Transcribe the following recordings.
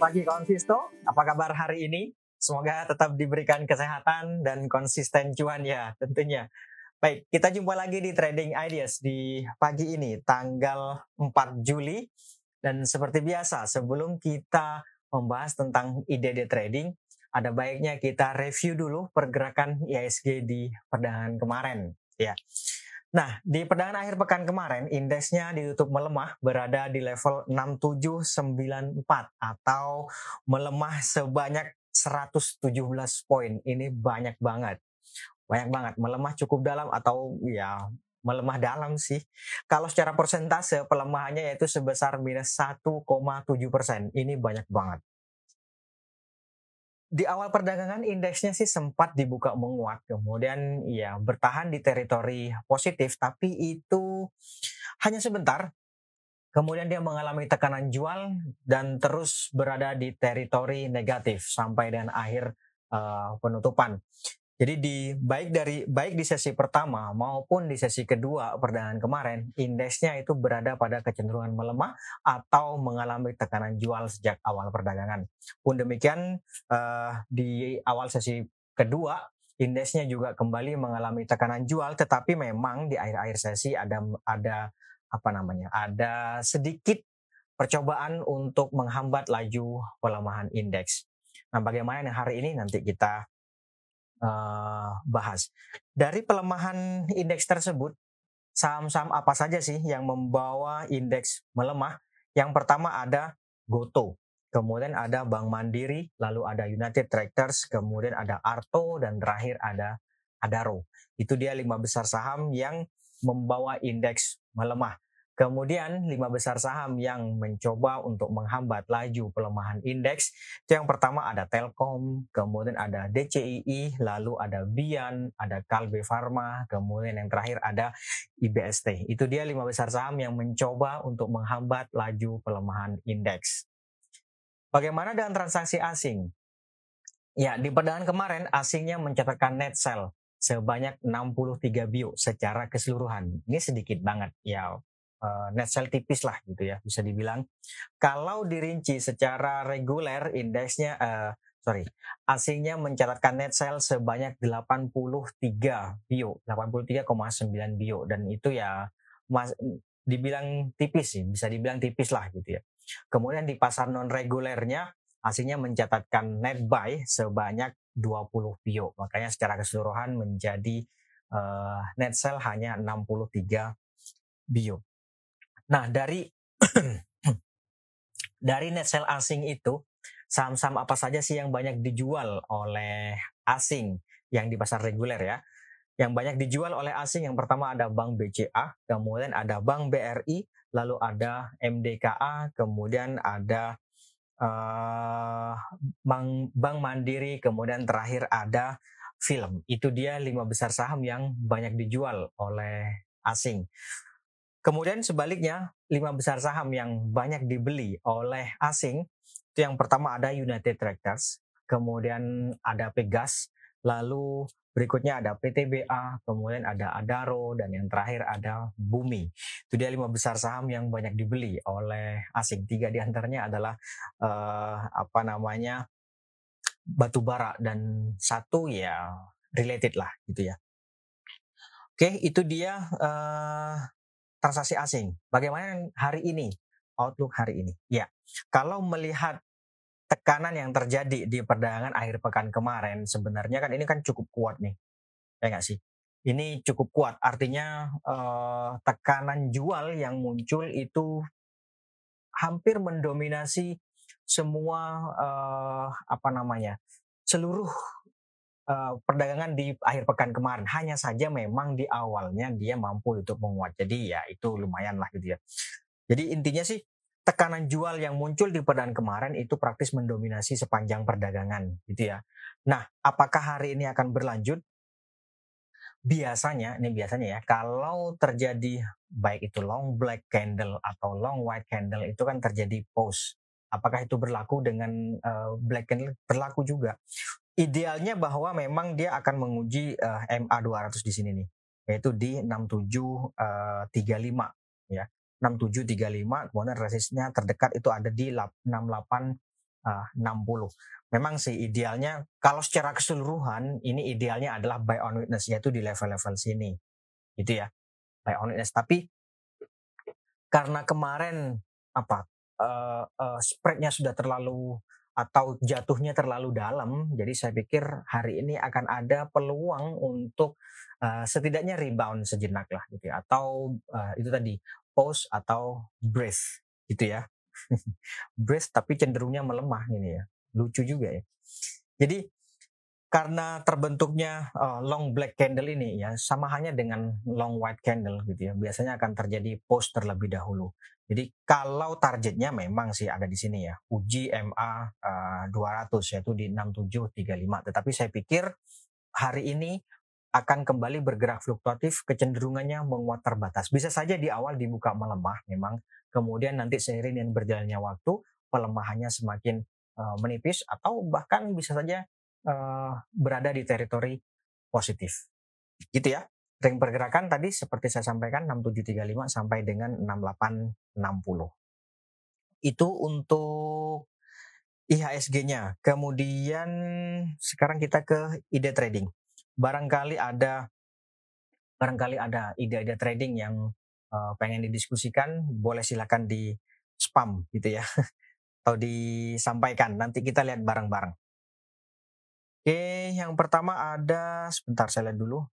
pagi kawan Visto, apa kabar hari ini? Semoga tetap diberikan kesehatan dan konsisten cuan ya tentunya. Baik, kita jumpa lagi di Trading Ideas di pagi ini, tanggal 4 Juli. Dan seperti biasa, sebelum kita membahas tentang ide-ide trading, ada baiknya kita review dulu pergerakan IHSG di perdagangan kemarin. Ya. Nah, di perdagangan akhir pekan kemarin, indeksnya ditutup melemah berada di level 6794 atau melemah sebanyak 117 poin. Ini banyak banget. Banyak banget. Melemah cukup dalam atau ya melemah dalam sih. Kalau secara persentase pelemahannya yaitu sebesar minus 1,7%. Ini banyak banget. Di awal perdagangan indeksnya sih sempat dibuka menguat, kemudian ya bertahan di teritori positif, tapi itu hanya sebentar. Kemudian dia mengalami tekanan jual dan terus berada di teritori negatif sampai dengan akhir penutupan. Jadi baik di sesi pertama maupun di sesi kedua perdagangan kemarin, indeksnya itu berada pada kecenderungan melemah atau mengalami tekanan jual sejak awal perdagangan. Pun demikian di awal sesi kedua, indeksnya juga kembali mengalami tekanan jual, tetapi memang di akhir-akhir sesi ada sedikit percobaan untuk menghambat laju pelemahan indeks. Nah, bagaimana hari ini nanti kita bahas. Dari pelemahan indeks tersebut, saham-saham apa saja sih yang membawa indeks melemah? Yang pertama ada Gotoh, kemudian ada Bank Mandiri, lalu ada United Tractors, kemudian ada Arto, dan terakhir ada Adaro. Itu dia 5 besar saham yang membawa indeks melemah. Kemudian 5 besar saham yang mencoba untuk menghambat laju pelemahan indeks. Itu yang pertama ada Telkom, kemudian ada DCII, lalu ada Bian, ada Kalbe Farma, kemudian yang terakhir ada IBST. Itu dia 5 besar saham yang mencoba untuk menghambat laju pelemahan indeks. Bagaimana dengan transaksi asing? Ya, di perdagangan kemarin asingnya mencatatkan net sell sebanyak 63 bio secara keseluruhan. Ini sedikit banget ya. Net sell tipis lah gitu ya, bisa dibilang. Kalau dirinci secara reguler indeksnya asingnya mencatatkan net sell sebanyak 83 bio, 83,9 bio, dan itu ya dibilang tipis sih, bisa dibilang tipis lah gitu ya. Kemudian di pasar non regulernya asingnya mencatatkan net buy sebanyak 20 bio, makanya secara keseluruhan menjadi net sell hanya 63 bio. Nah, dari net sell asing itu, saham-saham apa saja sih yang banyak dijual oleh asing yang di pasar reguler ya? Yang banyak dijual oleh asing yang pertama ada Bank BCA, kemudian ada Bank BRI, lalu ada MDKA, kemudian ada Bank Mandiri, kemudian terakhir ada Film. Itu dia 5 besar saham yang banyak dijual oleh asing. Kemudian sebaliknya, 5 besar saham yang banyak dibeli oleh asing, itu yang pertama ada United Tractors, kemudian ada Pegas, lalu berikutnya ada PTBA, kemudian ada Adaro, dan yang terakhir ada Bumi. Itu dia 5 besar saham yang banyak dibeli oleh asing. 3 diantaranya adalah batu bara, dan 1 ya related lah gitu ya. Oke, itu dia transaksi asing. Bagaimana hari ini? Outlook hari ini. Ya, kalau melihat tekanan yang terjadi di perdagangan akhir pekan kemarin, sebenarnya kan ini kan cukup kuat nih. Ya nggak sih? Ini cukup kuat. Artinya tekanan jual yang muncul itu hampir mendominasi semua seluruh perdagangan di akhir pekan kemarin. Hanya saja memang di awalnya dia mampu untuk menguat. Jadi ya itu lumayan lah gitu ya. Jadi intinya sih tekanan jual yang muncul di perdagangan kemarin itu praktis mendominasi sepanjang perdagangan gitu ya. Nah, apakah hari ini akan berlanjut? Biasanya ya, kalau terjadi baik itu long black candle atau long white candle itu kan terjadi pause. Apakah itu berlaku dengan black candle? Berlaku juga. Idealnya bahwa memang dia akan menguji MA 200 di sini nih, yaitu di 6735 ya. 6735, kemudian resistnya terdekat itu ada di 60. Memang sih idealnya kalau secara keseluruhan ini idealnya adalah buy on weakness, yaitu di level-level sini gitu ya, buy on weakness. Tapi karena kemarin apa spreadnya sudah terlalu atau jatuhnya terlalu dalam, jadi saya pikir hari ini akan ada peluang untuk setidaknya rebound sejenak lah gitu ya, atau itu tadi pause atau breath gitu ya. Breath tapi cenderungnya melemah ini ya, lucu juga ya. Jadi karena terbentuknya long black candle ini ya sama halnya dengan long white candle gitu ya. Biasanya akan terjadi pause terlebih dahulu. Jadi kalau targetnya memang sih ada di sini ya, uji MA 200 yaitu di 6735. Tetapi saya pikir hari ini akan kembali bergerak fluktuatif, kecenderungannya menguat terbatas. Bisa saja di awal dibuka melemah memang, kemudian nanti seiring dengan berjalannya waktu pelemahannya semakin menipis atau bahkan bisa saja berada di teritori positif. Gitu ya. Ring pergerakan tadi seperti saya sampaikan 6735 sampai dengan 6860. Itu untuk IHSG-nya. Kemudian sekarang kita ke ide trading. Barangkali ada ide-ide trading yang pengen didiskusikan, boleh silakan di spam gitu ya atau disampaikan. Nanti kita lihat bareng-bareng. Oke, yang pertama ada sebentar saya lihat dulu.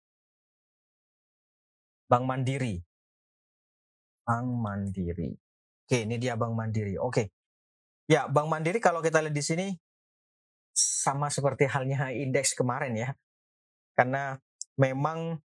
Bank Mandiri. Bank Mandiri. Oke, ini dia Bank Mandiri. Oke. Ya, Bank Mandiri kalau kita lihat di sini sama seperti halnya indeks kemarin ya. Karena memang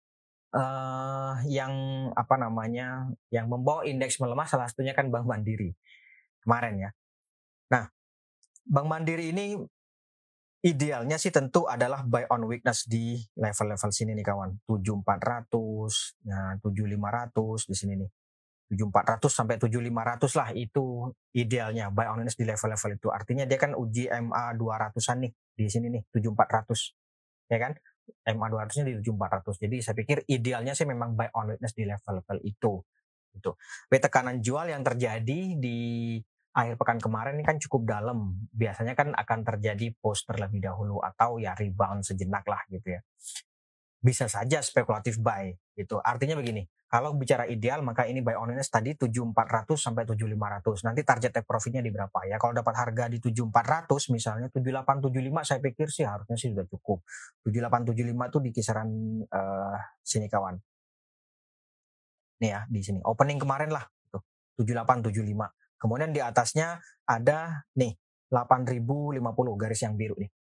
yang apa namanya, yang membawa indeks melemah salah satunya kan Bank Mandiri kemarin ya. Nah, Bank Mandiri ini idealnya sih tentu adalah buy on weakness di level-level sini nih kawan. 7400, nah 7500 di sini nih. 7400 sampai 7500 lah itu idealnya buy on weakness di level-level itu. Artinya dia kan uji MA 200-an nih di sini nih 7400 ya kan? MA 200-nya di 7400. Jadi saya pikir idealnya sih memang buy on weakness di level-level itu. Gitu. Tapi tekanan jual yang terjadi di akhir pekan kemarin ini kan cukup dalam. Biasanya kan akan terjadi pause terlebih dahulu atau ya rebound sejenak lah gitu ya. Bisa saja spekulatif buy gitu. Artinya begini, kalau bicara ideal maka ini buy on weakness tadi 7400 sampai 7500. Nanti target take profitnya di berapa ya? Kalau dapat harga di 7400 misalnya 7875 saya pikir sih harusnya sih sudah cukup. 7875 tuh di kisaran sini kawan. Nih ya, di sini. Opening kemarin lah gitu. 7875. Kemudian di atasnya ada nih 8050 garis yang biru nih.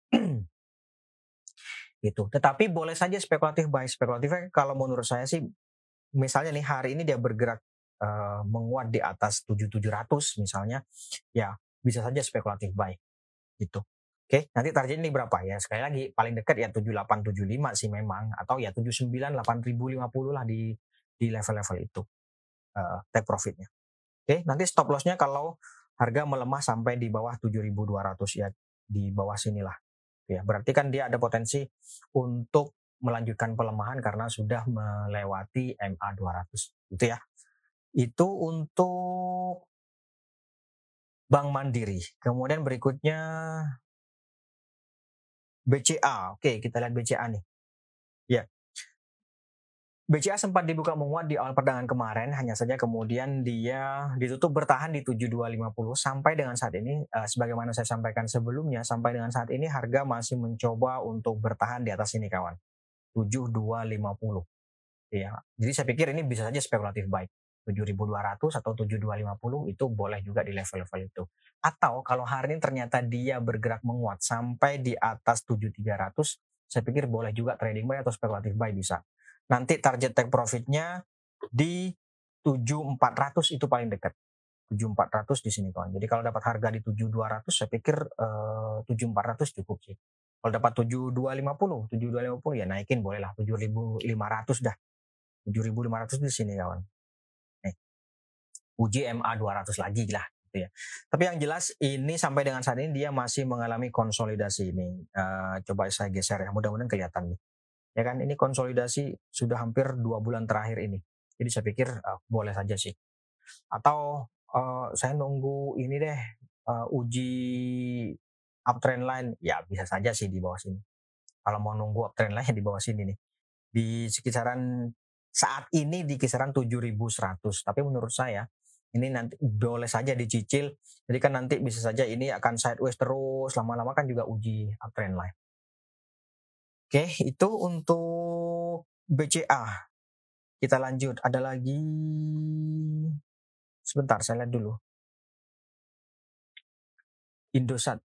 Gitu. Tetapi boleh saja spekulatif buy. Spekulatifnya kalau menurut saya sih misalnya nih hari ini dia bergerak menguat di atas 7700 misalnya, ya bisa saja spekulatif buy gitu. Oke, nanti target ini berapa ya? Sekali lagi paling dekat ya 7875 sih memang atau ya 79 8050 lah di level-level itu take profitnya. Oke, nanti stop loss-nya kalau harga melemah sampai di bawah 7200 ya, di bawah sinilah. Ya, berarti kan dia ada potensi untuk melanjutkan pelemahan karena sudah melewati MA 200 gitu ya. Itu untuk Bank Mandiri. Kemudian berikutnya BCA. Oke, kita lihat BCA nih. Ya. BCA sempat dibuka menguat di awal perdagangan kemarin, hanya saja kemudian dia ditutup bertahan di 7250 sampai dengan saat ini sebagaimana saya sampaikan sebelumnya, sampai dengan saat ini harga masih mencoba untuk bertahan di atas ini kawan. 7250. Ya. Jadi saya pikir ini bisa saja spekulatif buy. 7200 atau 7250 itu boleh juga di level-level itu. Atau kalau hari ini ternyata dia bergerak menguat sampai di atas 7300, saya pikir boleh juga trading buy atau spekulatif buy bisa. Nanti target take profitnya di 7400 itu paling dekat. 7400 di sini kawan. Jadi kalau dapat harga di 7200 saya pikir 7400 cukup sih. Kalau dapat 7250 ya naikin bolehlah 7500 dah. 7500 di sini kawan. Nih. Uji MA 200 lagi lah gitu ya. Tapi yang jelas ini sampai dengan saat ini dia masih mengalami konsolidasi ini. Coba saya geser ya, mudah-mudahan kelihatan nih. Ya kan ini konsolidasi sudah hampir 2 bulan terakhir ini. Jadi saya pikir boleh saja sih. Atau saya nunggu ini deh uji uptrend line, ya bisa saja sih di bawah sini. Kalau mau nunggu uptrend line di bawah sini nih. Di kisaran saat ini di kisaran 7.100. Tapi menurut saya ini nanti boleh saja dicicil. Jadi kan nanti bisa saja ini akan sideways terus, lama-lama kan juga uji uptrend line. Oke, itu untuk BCA. Kita lanjut. Ada lagi, sebentar saya lihat dulu. Indosat.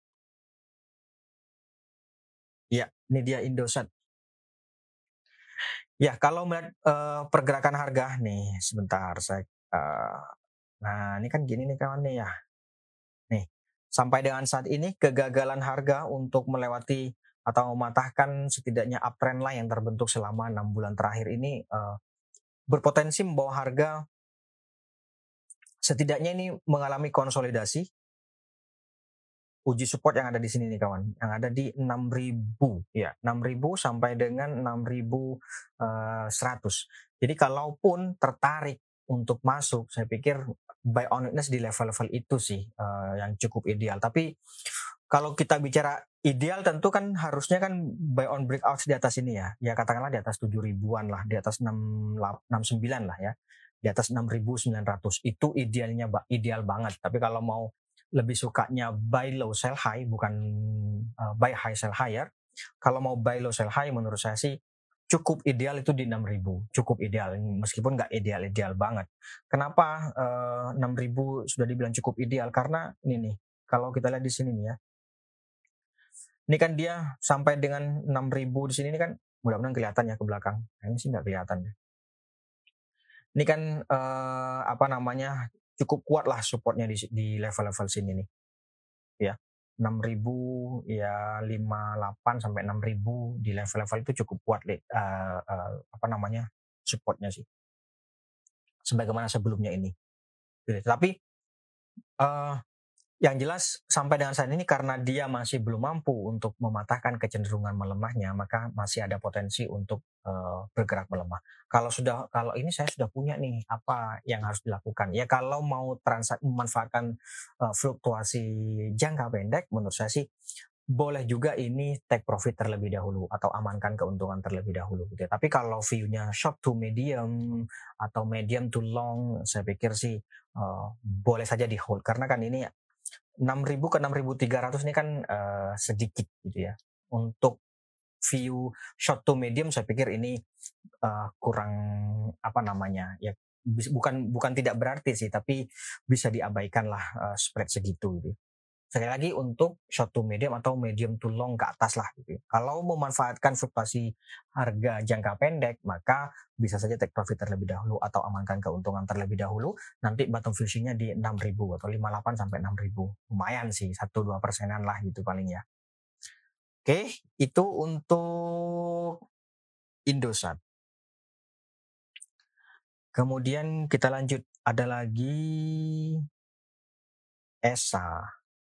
Ya, ini dia Indosat. Ya, kalau melihat pergerakan harga nih, sebentar saya. Nah, ini kan gini nih kawan nih ya. Nih, sampai dengan saat ini kegagalan harga untuk melewati atau mematahkan setidaknya uptrend line yang terbentuk selama 6 bulan terakhir ini berpotensi membawa harga setidaknya ini mengalami konsolidasi. Uji support yang ada di sini nih kawan, yang ada di 6.000 ya, 6.000 sampai dengan 6.100. Jadi kalaupun tertarik untuk masuk, saya pikir buy on weakness di level-level itu sih yang cukup ideal. Tapi kalau kita bicara ideal tentu kan harusnya kan buy on breakout di atas ini ya. Ya katakanlah di atas 7.000-an lah, di atas 69 lah ya. Di atas 6.900 itu idealnya ideal banget. Tapi kalau mau lebih sukanya buy low sell high bukan buy high sell higher. Kalau mau buy low sell high menurut saya sih cukup ideal itu di 6.000, cukup ideal meskipun nggak ideal banget. Kenapa 6.000 sudah dibilang cukup ideal? Karena ini nih, kalau kita lihat di sini nih ya. Ini kan dia sampai dengan 6.000 di sini kan mudah-mudahan kelihatan ya ke belakang. Kayaknya sih nggak kelihatan ya. Ini kan apa namanya cukup kuat lah supportnya di level-level sini nih. Ya, 6.000 ya 58 sampai 6.000 di level-level itu cukup kuat apa namanya supportnya sih. Sebagaimana sebelumnya ini. Tapi yang jelas sampai dengan saat ini karena dia masih belum mampu untuk mematahkan kecenderungan melemahnya, maka masih ada potensi untuk bergerak melemah. Kalau ini saya sudah punya nih apa yang harus dilakukan. Ya kalau mau memanfaatkan fluktuasi jangka pendek, menurut saya sih boleh juga ini take profit terlebih dahulu atau amankan keuntungan terlebih dahulu gitu ya. Tapi kalau view-nya short to medium atau medium to long, saya pikir sih boleh saja di hold karena kan ini 6.000 ke 6.300 ini kan sedikit gitu ya. Untuk view short to medium saya pikir ini kurang apa namanya ya bukan tidak berarti sih tapi bisa diabaikan lah spread segitu gitu. Sekali lagi untuk short to medium atau medium to long ke atas lah gitu. Kalau memanfaatkan fluktuasi harga jangka pendek, maka bisa saja take profit terlebih dahulu atau amankan keuntungan terlebih dahulu. Nanti bottom fishing-nya di 6.000 atau 58 sampai 6.000. Lumayan sih, 1-2% lah gitu paling ya. Oke, itu untuk Indosat. Kemudian kita lanjut, ada lagi ESA.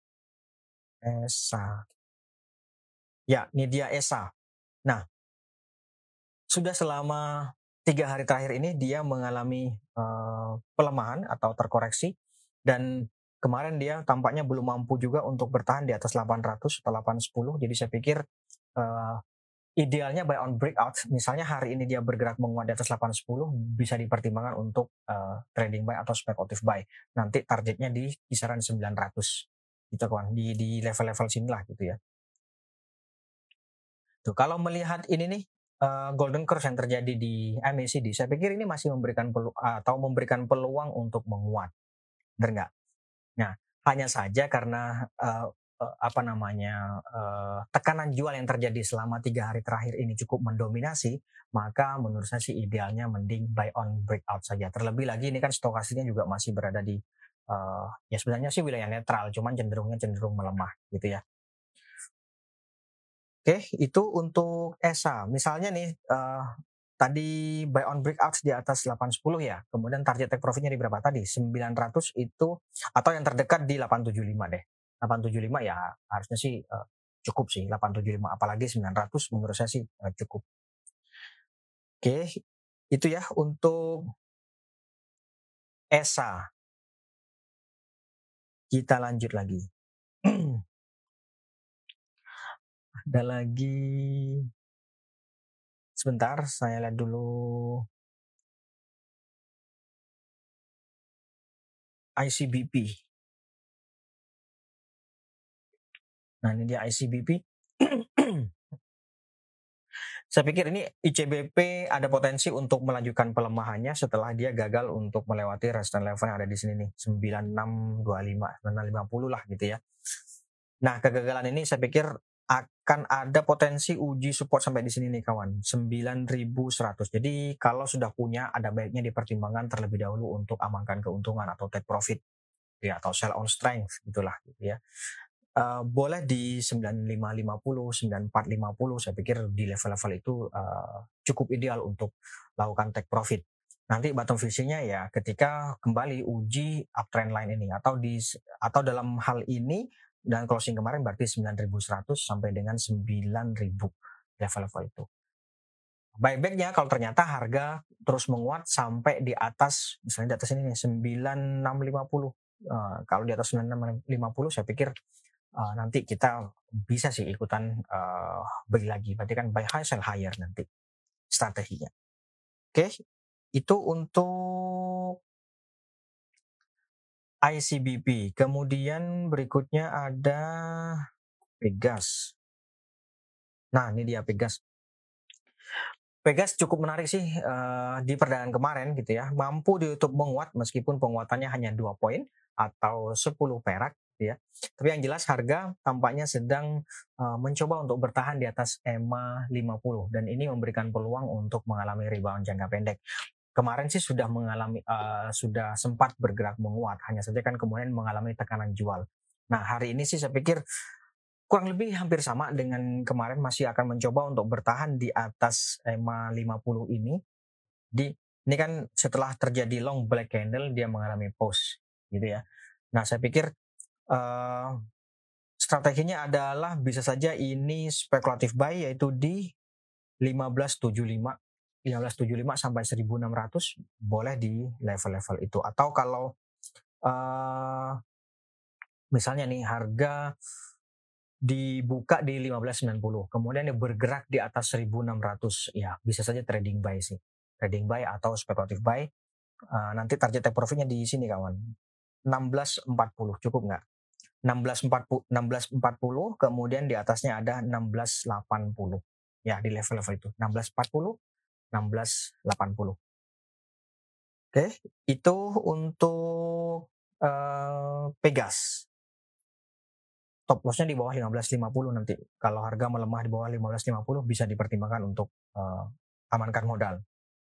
Ya, ini dia ESA. Nah, sudah selama 3 hari terakhir ini dia mengalami pelemahan atau terkoreksi dan kemarin dia tampaknya belum mampu juga untuk bertahan di atas 800 atau 810. Jadi saya pikir idealnya buy on breakout. Misalnya hari ini dia bergerak menguat di atas 810 bisa dipertimbangkan untuk trading buy atau speculative buy. Nanti targetnya di kisaran 900 gitu kawan, di level-level sinilah gitu ya. Tuh, kalau melihat ini nih golden cross yang terjadi di MACD, saya pikir ini masih memberikan peluang untuk menguat, benar nggak? Nah, hanya saja karena tekanan jual yang terjadi selama 3 hari terakhir ini cukup mendominasi, maka menurut saya sih idealnya mending buy on breakout saja. Terlebih lagi ini kan stokastiknya juga masih berada di ya sebenarnya sih wilayah netral, cuman cenderung melemah gitu ya. Oke, itu untuk ESA. Misalnya nih, tadi buy on breakout di atas 810 ya, kemudian target take profitnya di berapa tadi? 900 itu, atau yang terdekat di 875 deh. 875 ya harusnya sih cukup sih, 875, apalagi 900 menurut saya sih cukup. Oke, itu ya untuk ESA. Kita lanjut lagi. Ada lagi, sebentar saya lihat dulu. ICBP. Nah, ini dia ICBP. Saya pikir ini ICBP ada potensi untuk melanjutkan pelemahannya setelah dia gagal untuk melewati resistance level yang ada di sini nih, 9625, 9650 lah gitu ya. Nah, kegagalan ini saya pikir akan ada potensi uji support sampai di sini nih kawan, 9100. Jadi kalau sudah punya, ada baiknya dipertimbangkan terlebih dahulu untuk amankan keuntungan atau take profit ya, atau sell on strength gitulah gitu ya. Boleh di 9550, 9450, saya pikir di level-level itu cukup ideal untuk lakukan take profit. Nanti bottom fishing-nya ya ketika kembali uji uptrend line ini, atau dalam hal ini dan closing kemarin berarti 9100 sampai dengan 9000 level-level itu. Buyback-nya kalau ternyata harga terus menguat sampai di atas, misalnya di atas ini nih 9650. Kalau di atas 9650 saya pikir nanti kita bisa sih ikutan beli lagi. Berarti kan buy high sell higher nanti strateginya. Oke, itu untuk ICBP. Kemudian berikutnya ada Pegas. Nah, ini dia Pegas. Pegas cukup menarik sih di perdagangan kemarin gitu ya. Mampu di YouTube menguat meskipun penguatannya hanya 2 poin atau 10 perak gitu ya. Tapi yang jelas harga tampaknya sedang mencoba untuk bertahan di atas EMA 50 dan ini memberikan peluang untuk mengalami rebound jangka pendek. Kemarin sih sudah sudah sempat bergerak menguat, hanya saja kan kemudian mengalami tekanan jual. Nah, hari ini sih saya pikir kurang lebih hampir sama dengan kemarin, masih akan mencoba untuk bertahan di atas EMA 50 ini. Ini kan setelah terjadi long black candle dia mengalami pause gitu ya. Nah, saya pikir strateginya adalah bisa saja ini spekulatif buy, yaitu di 1575 sampai 1600 boleh di level-level itu. Atau kalau misalnya nih harga dibuka di 1590 kemudian dia bergerak di atas 1600, ya bisa saja trading buy sih, trading buy atau spekulatif buy. Nanti target take profitnya di sini kawan, 1640 cukup nggak? 1640 kemudian di atasnya ada 1680 ya, di level-level itu 1640 1680. Oke, itu untuk Pegas. Top loss-nya di bawah 1550 nanti. Kalau harga melemah di bawah 1550 bisa dipertimbangkan untuk amankan modal.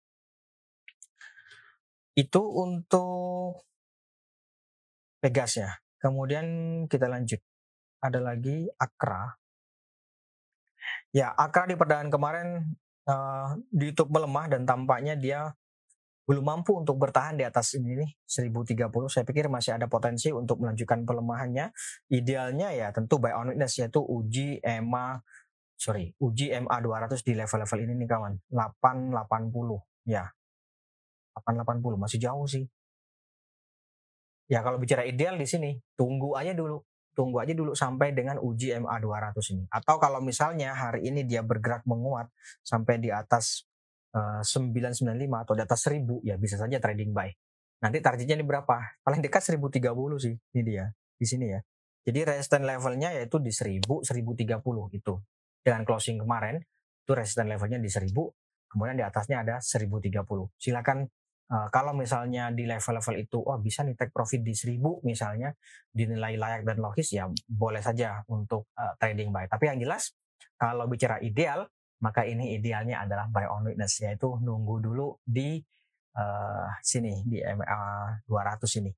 Itu untuk Pegas ya. Kemudian kita lanjut. Ada lagi Akra. Ya, Akra di perdagangan kemarin di YouTube melemah dan tampaknya dia belum mampu untuk bertahan di atas ini nih 1030. Saya pikir masih ada potensi untuk melanjutkan pelemahannya. Idealnya ya tentu buy on weakness, yaitu uji MA 200 di level-level ini nih kawan, 880 ya, 880 masih jauh sih ya. Kalau bicara ideal di sini tunggu aja dulu sampai dengan uji MA 200 ini. Atau kalau misalnya hari ini dia bergerak menguat sampai di atas 995 atau di atas 1000, ya bisa saja trading buy. Nanti targetnya ini berapa? Paling dekat 1030 sih, ini dia di sini ya. Jadi resistance levelnya yaitu di 1000, 1030 itu. Dengan closing kemarin itu resistance levelnya di 1000, kemudian di atasnya ada 1030. Silakan kalau misalnya di level-level itu bisa nih take profit di 1000 misalnya, dinilai layak dan logis, ya boleh saja untuk trading buy. Tapi yang jelas kalau bicara ideal, maka ini idealnya adalah buy on weakness, yaitu nunggu dulu di sini di MA 200 ini.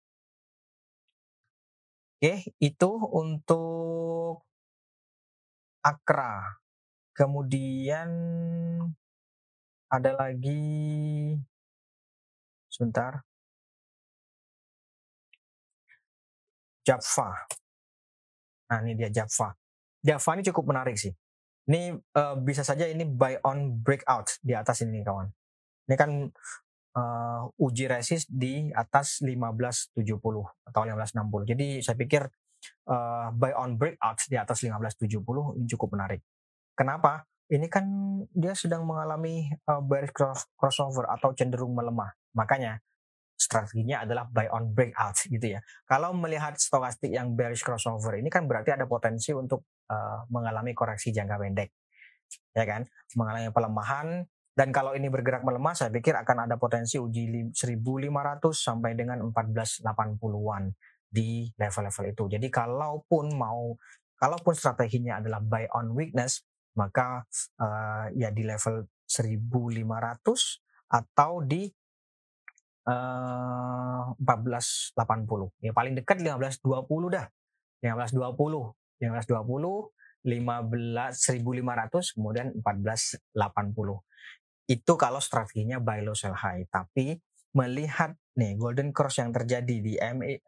Oke, itu untuk Akra. Kemudian ada lagi, sebentar, Java. Nah, ini dia Java. Java ini cukup menarik sih. Ini bisa saja ini buy on breakout di atas ini kawan. Ini kan uji resist di atas 1570 atau 1560. Jadi saya pikir buy on breakout di atas 1570 ini cukup menarik. Kenapa? Ini kan dia sedang mengalami bearish crossover atau cenderung melemah. Makanya strateginya adalah buy on breakout gitu ya. Kalau melihat stokastik yang bearish crossover ini kan berarti ada potensi untuk mengalami koreksi jangka pendek, ya kan? Mengalami pelemahan, dan kalau ini bergerak melemah saya pikir akan ada potensi uji 1500 sampai dengan 1480-an di level-level itu. Jadi kalaupun strateginya adalah buy on weakness, maka ya di level 1500 atau di 1480. Ya paling dekat 1520 dah. 1520, 1520, 1500 kemudian 1480. Itu kalau strateginya buy low sell high. Tapi melihat nih golden cross yang terjadi di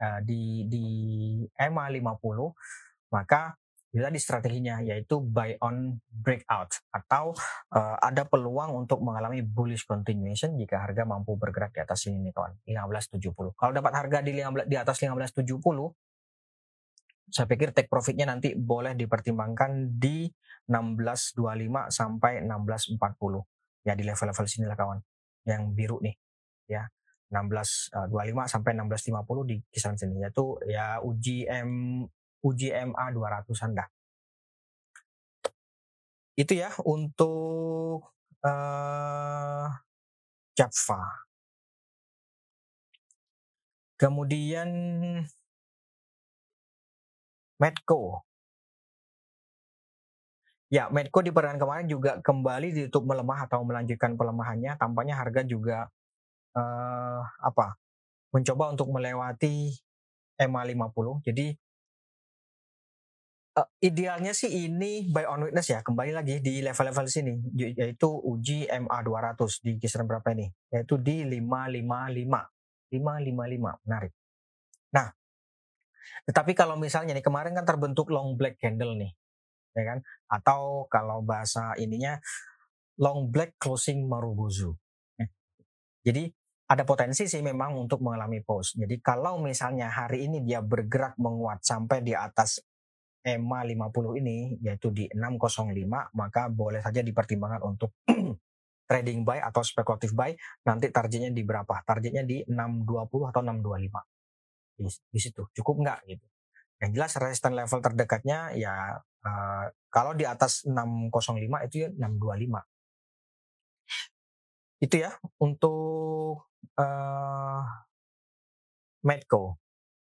EMA 50, maka itu tadi strateginya yaitu buy on breakout atau ada peluang untuk mengalami bullish continuation jika harga mampu bergerak di atas sini nih kawan, 1570. Kalau dapat harga di atas 1570, saya pikir take profitnya nanti boleh dipertimbangkan di 1625 sampai 1640. Ya di level-level sinilah kawan. Yang biru nih ya. 1625 sampai 1650 di kisaran sini, yaitu ya uji MA 200-an dah. Itu ya untuk Java. Kemudian Medco. Ya, Medco di pekan kemarin juga kembali ditutup melemah atau melanjutkan pelemahannya. Tampaknya harga juga mencoba untuk melewati EMA 50. Jadi idealnya sih ini buy on weakness ya, kembali lagi di level-level sini, yaitu uji MA 200 di kisaran berapa ini? Yaitu di 555. 555, menarik. Nah, tetapi kalau misalnya nih kemarin kan terbentuk long black candle nih, ya kan? Atau kalau bahasa ininya long black closing marubozu. Jadi ada potensi sih memang untuk mengalami pause. Jadi kalau misalnya hari ini dia bergerak menguat sampai di atas EMA 50 ini, yaitu di 605, maka boleh saja dipertimbangkan untuk trading buy atau spekulatif buy. Nanti targetnya di berapa? Targetnya di 620 atau 625. Di situ cukup nggak gitu. Yang jelas resistance level terdekatnya ya kalau di atas 605 itu ya 625. Itu ya untuk Medco.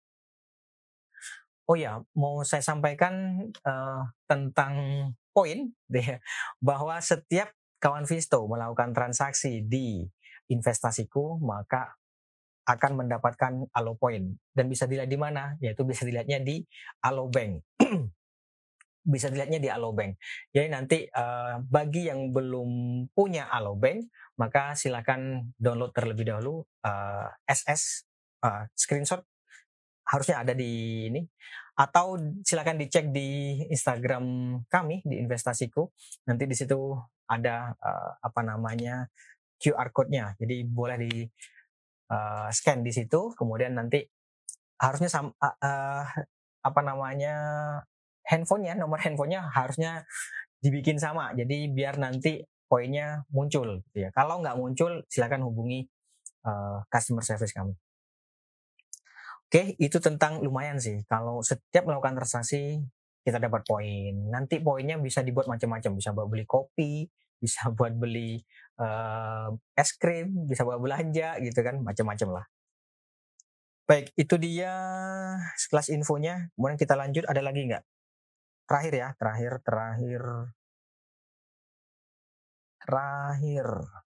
Oh ya, mau saya sampaikan tentang poin bahwa setiap kawan Visto melakukan transaksi di investasiku maka akan mendapatkan Alo Point, dan bisa dilihat di mana, yaitu bisa dilihatnya di Alo Bank. Bisa dilihatnya di Alo Bank. Jadi nanti bagi yang belum punya Alo Bank, maka silakan download terlebih dahulu SS screenshot, harusnya ada di ini, atau silakan dicek di Instagram kami di investasiku. Nanti di situ ada QR code-nya. Jadi boleh di scan di situ, kemudian nanti harusnya nomor handphonenya harusnya dibikin sama, jadi biar nanti poinnya muncul gitu ya. Kalau nggak muncul silakan hubungi customer service kami. Oke, itu tentang lumayan sih. Kalau setiap melakukan transaksi kita dapat poin. Nanti poinnya bisa dibuat macam-macam, bisa buat beli kopi, bisa buat beli es krim, bisa buat belanja gitu kan, macam-macam lah. Baik, itu dia sekelas infonya. Kemudian kita lanjut, ada lagi nggak? Terakhir ya, terakhir.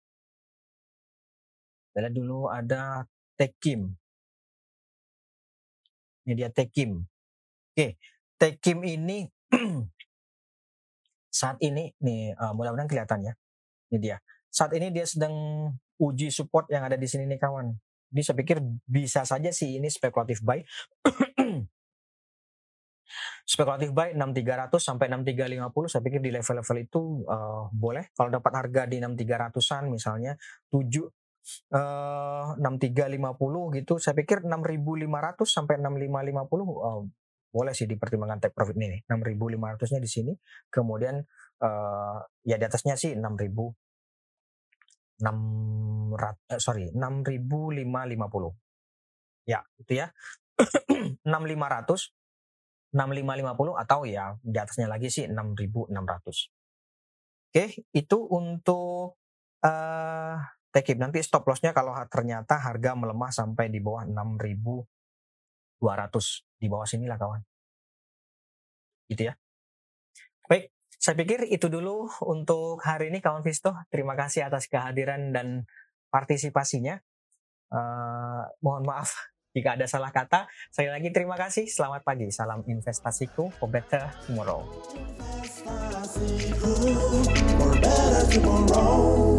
Kita lihat dulu ada Tekim. Ini dia Tekim. Oke, Tekim ini saat ini nih mudah-mudahan kelihatan ya. Ini dia. Saat ini dia sedang uji support yang ada di sini nih kawan. Jadi saya pikir bisa saja sih ini spekulatif buy. Spekulatif buy 6300 sampai 6350, saya pikir di level-level itu boleh. Kalau dapat harga di 6300-an misalnya 6350 gitu, saya pikir 6500 sampai 6550 boleh sih dipertimbangkan take profit ini. 6.500-nya di sini, kemudian ya di atasnya sih 6.550. Ya, itu ya. 6.500, 6.550 atau ya di atasnya lagi sih 6.600. Oke, itu untuk take nanti stop loss-nya kalau ternyata harga melemah sampai di bawah 6.200, di bawah sinilah kawan. Gitu ya. Baik, saya pikir itu dulu untuk hari ini kawan Visto. Terima kasih atas kehadiran dan partisipasinya. Mohon maaf jika ada salah kata. Sekali lagi terima kasih. Selamat pagi. Salam investasiku for better tomorrow.